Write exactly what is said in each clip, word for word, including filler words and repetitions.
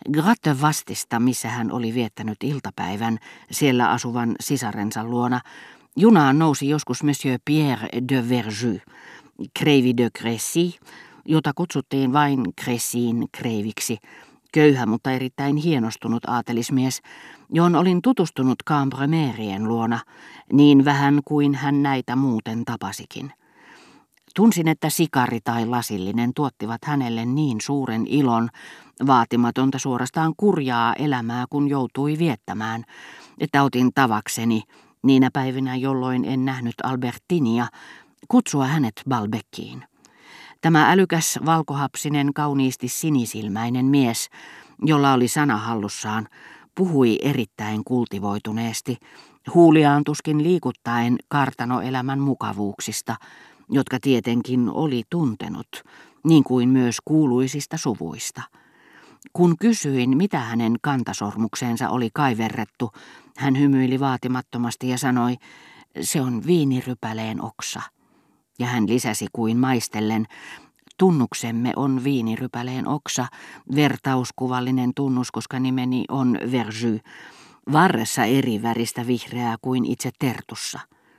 Gratte vastista, missä hän oli viettänyt iltapäivän siellä asuvan sisarensa luona, junaan nousi joskus Monsieur Pierre de Vergy, kreivi de Crécy, jota kutsuttiin vain Crécyn kreiviksi, köyhä mutta erittäin hienostunut aatelismies, johon olin tutustunut Cambremerien luona, niin vähän kuin hän näitä muuten tapasikin. Tunsin, että sikari tai lasillinen tuottivat hänelle niin suuren ilon, vaatimatonta suorastaan kurjaa elämää kun joutui viettämään, että otin tavakseni, niinä päivinä jolloin en nähnyt Albertinia, kutsua hänet Balbeckiin. Tämä älykäs, valkohapsinen, kauniisti sinisilmäinen mies, jolla oli sana hallussaan, puhui erittäin kultivoituneesti, huuliaan tuskin liikuttaen kartanoelämän mukavuuksista, jotka tietenkin oli tuntenut, niin kuin myös kuuluisista suvuista. Kun kysyin, mitä hänen kantasormukseensa oli kaiverrettu, hän hymyili vaatimattomasti ja sanoi, se on viinirypäleen oksa. Ja hän lisäsi kuin maistellen, tunnuksemme on viinirypäleen oksa, vertauskuvallinen tunnus, koska nimeni on Vergy, varressa eri väristä vihreää kuin itse tertussa.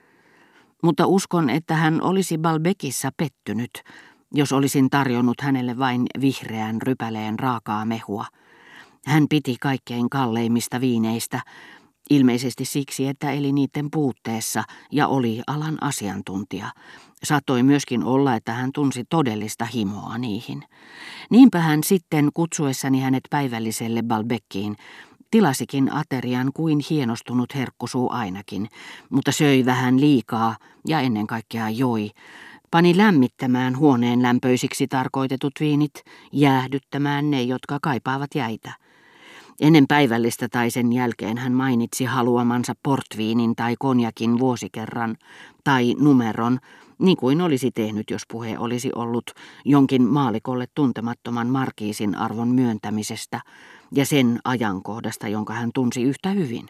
Mutta uskon, että hän olisi Balbecissa pettynyt, jos olisin tarjonnut hänelle vain vihreän rypäleen raakaa mehua. Hän piti kaikkein kalleimmista viineistä, ilmeisesti siksi, että eli niiden puutteessa ja oli alan asiantuntija. Saattoi myöskin olla, että hän tunsi todellista himoa niihin. Niinpä hän sitten kutsuessani hänet päivälliselle Balbeckiin, tilasikin aterian kuin hienostunut herkkusuu ainakin, mutta söi vähän liikaa ja ennen kaikkea joi. Pani lämmittämään huoneen lämpöisiksi tarkoitetut viinit, jäähdyttämään ne, jotka kaipaavat jäitä. Ennen päivällistä tai sen jälkeen hän mainitsi haluamansa portviinin tai konjakin vuosikerran tai numeron, niin kuin olisi tehnyt, jos puhe olisi ollut jonkin maalikolle tuntemattoman markiisin arvon myöntämisestä ja sen ajankohdasta, jonka hän tunsi yhtä hyvin.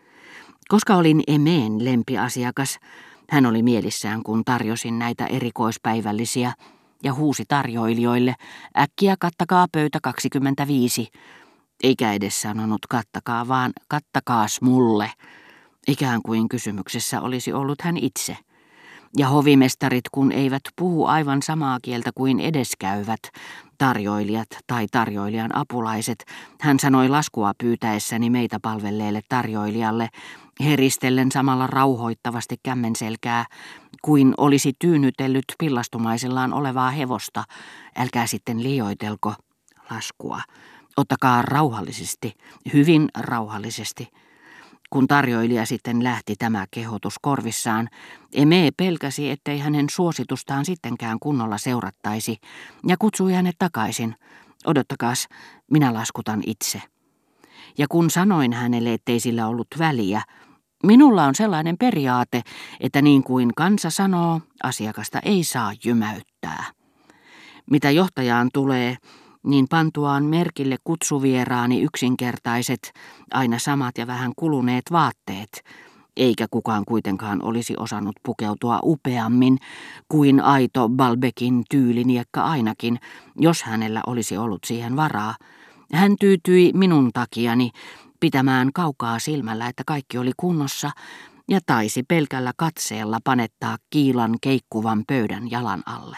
Koska olin Emeen lempiasiakas, hän oli mielissään, kun tarjosin näitä erikoispäivällisiä ja huusi tarjoilijoille, äkkiä kattakaa pöytä kaksikymmentäviisi, eikä edes sanonut kattakaa, vaan kattakaas mulle, ikään kuin kysymyksessä olisi ollut hän itse. Ja hovimestarit, kun eivät puhu aivan samaa kieltä kuin edeskäyvät, tarjoilijat tai tarjoilijan apulaiset, hän sanoi laskua pyytäessäni meitä palvelleelle tarjoilijalle, heristellen samalla rauhoittavasti kämmenselkää, kuin olisi tyynnytellyt pillastumaisellaan olevaa hevosta, älkää sitten liioitelko laskua. Ottakaa rauhallisesti, hyvin rauhallisesti. Kun tarjoilija sitten lähti tämä kehotus korvissaan, Eme pelkäsi, ettei hänen suositustaan sittenkään kunnolla seurattaisi, ja kutsui hänet takaisin. Odottakaas, minä laskutan itse. Ja kun sanoin hänelle, ettei sillä ollut väliä, minulla on sellainen periaate, että niin kuin kansa sanoo, asiakasta ei saa jymäyttää. Mitä johtajaan tulee, niin pantuaan merkille kutsuvieraani yksinkertaiset, aina samat ja vähän kuluneet vaatteet, eikä kukaan kuitenkaan olisi osannut pukeutua upeammin kuin aito Balbeckin tyyliniekka ainakin, jos hänellä olisi ollut siihen varaa. Hän tyytyi minun takiani pitämään kaukaa silmällä, että kaikki oli kunnossa, ja taisi pelkällä katseella panettaa kiilan keikkuvan pöydän jalan alle.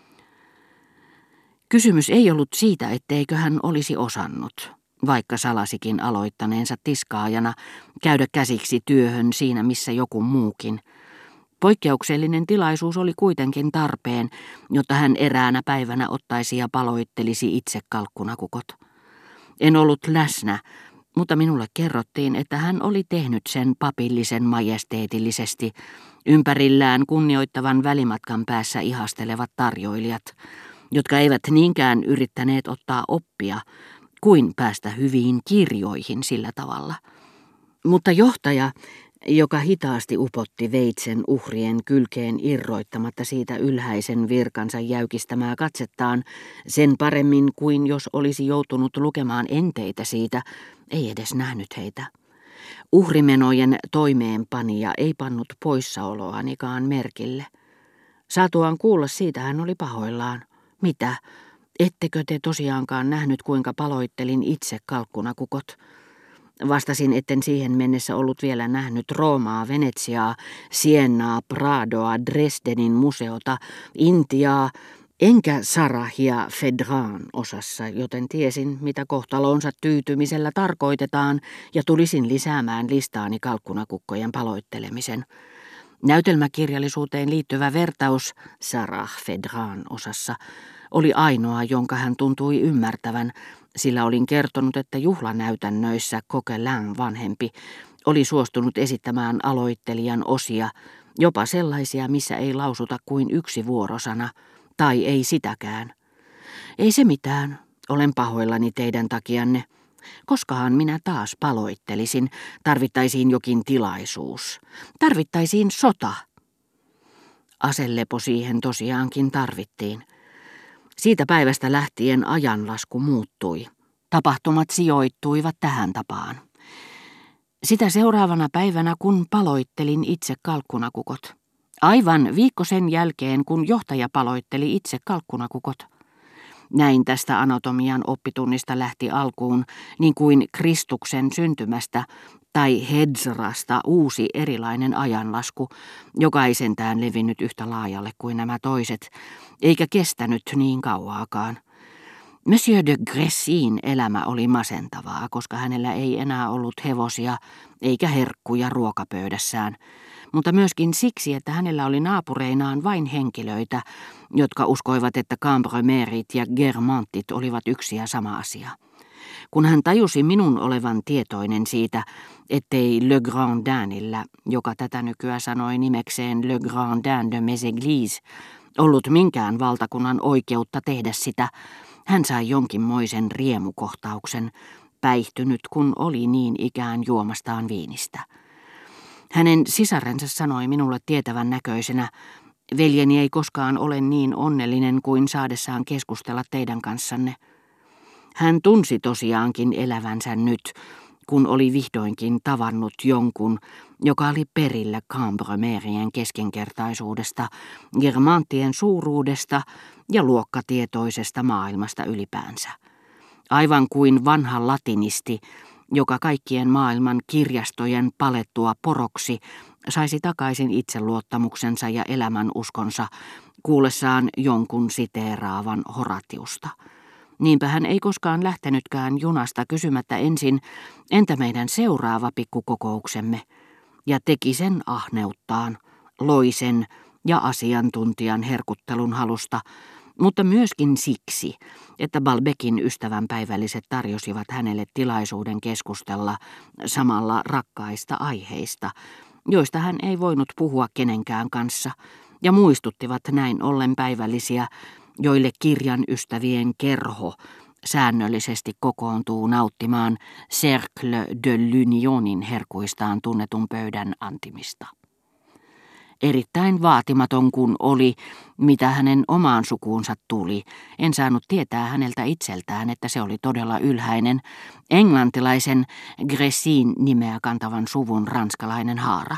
Kysymys ei ollut siitä, etteikö hän olisi osannut, vaikka salasikin aloittaneensa tiskaajana, käydä käsiksi työhön siinä missä joku muukin. Poikkeuksellinen tilaisuus oli kuitenkin tarpeen, jotta hän eräänä päivänä ottaisi ja paloittelisi itse kalkkunakukot. En ollut läsnä, mutta minulle kerrottiin, että hän oli tehnyt sen papillisen majesteetillisesti, ympärillään kunnioittavan välimatkan päässä ihastelevat tarjoilijat, jotka eivät niinkään yrittäneet ottaa oppia kuin päästä hyviin kirjoihin sillä tavalla. Mutta johtaja, joka hitaasti upotti veitsen uhrien kylkeen irroittamatta siitä ylhäisen virkansa jäykistämää katsettaan, sen paremmin kuin jos olisi joutunut lukemaan enteitä siitä, ei edes nähnyt heitä. Uhrimenojen toimeenpanija ei pannut poissaoloanikaan merkille. Saatuaan kuulla siitä hän oli pahoillaan. Mitä? Ettekö te tosiaankaan nähnyt, kuinka paloittelin itse kalkkunakukot? Vastasin, etten siihen mennessä ollut vielä nähnyt Roomaa, Venetsiaa, Siennaa, Pradoa, Dresdenin museota, Intiaa, enkä Sarahia Fedran osassa, joten tiesin, mitä kohtaloonsa tyytymisellä tarkoitetaan, ja tulisin lisäämään listaani kalkkunakukkojen paloittelemisen. Näytelmäkirjallisuuteen liittyvä vertaus Sarah Fedran osassa oli ainoa, jonka hän tuntui ymmärtävän, sillä olin kertonut, että juhlanäytännöissä Coquelin vanhempi oli suostunut esittämään aloittelijan osia, jopa sellaisia, missä ei lausuta kuin yksi vuorosana, tai ei sitäkään. Ei se mitään, olen pahoillani teidän takianne. Koskahan minä taas paloittelisin, tarvittaisiin jokin tilaisuus. Tarvittaisiin sota. Aselepo siihen tosiaankin tarvittiin. Siitä päivästä lähtien ajanlasku muuttui. Tapahtumat sijoittuivat tähän tapaan. Sitä seuraavana päivänä, kun paloittelin itse kalkkunakukot. Aivan viikko sen jälkeen, kun johtaja paloitteli itse kalkkunakukot. Näin tästä anatomian oppitunnista lähti alkuun, niin kuin Kristuksen syntymästä tai Hedzrasta uusi erilainen ajanlasku, joka ei sentään levinnyt yhtä laajalle kuin nämä toiset, eikä kestänyt niin kauaakaan. Monsieur de Gressin elämä oli masentavaa, koska hänellä ei enää ollut hevosia eikä herkkuja ruokapöydässään, mutta myöskin siksi, että hänellä oli naapureinaan vain henkilöitä, jotka uskoivat, että Cambremerit ja Guermantit olivat yksi ja sama asia. Kun hän tajusi minun olevan tietoinen siitä, ettei Le Grandinillä, joka tätä nykyä sanoi nimekseen Le Grandin de mes églises, ollut minkään valtakunnan oikeutta tehdä sitä, hän sai jonkinmoisen riemukohtauksen, päihtynyt kun oli niin ikään juomastaan viinistä. Hänen sisarensa sanoi minulle tietävän näköisenä, veljeni ei koskaan ole niin onnellinen kuin saadessaan keskustella teidän kanssanne. Hän tunsi tosiaankin elävänsä nyt, kun oli vihdoinkin tavannut jonkun, joka oli perillä Cambremerien keskinkertaisuudesta, Guermantien suuruudesta ja luokkatietoisesta maailmasta ylipäänsä. Aivan kuin vanha latinisti, joka kaikkien maailman kirjastojen palettua poroksi saisi takaisin itseluottamuksensa ja elämän uskonsa kuullessaan jonkun siteeraavan Horatiusta. Niinpä hän ei koskaan lähtenytkään junasta kysymättä ensin, entä meidän seuraava pikkukokouksemme, ja teki sen ahneuttaan, loisen ja asiantuntijan herkuttelun halusta, mutta myöskin siksi, että Balbecin ystävänpäivälliset tarjosivat hänelle tilaisuuden keskustella samalla rakkaista aiheista, joista hän ei voinut puhua kenenkään kanssa, ja muistuttivat näin ollen päivällisiä, joille kirjan ystävien kerho säännöllisesti kokoontuu nauttimaan Cercle de l'Unionin herkuistaan tunnetun pöydän antimista. Erittäin vaatimaton kun oli, mitä hänen omaan sukuunsa tuli, en saanut tietää häneltä itseltään, että se oli todella ylhäinen, englantilaisen Gressin nimeä kantavan suvun ranskalainen haara.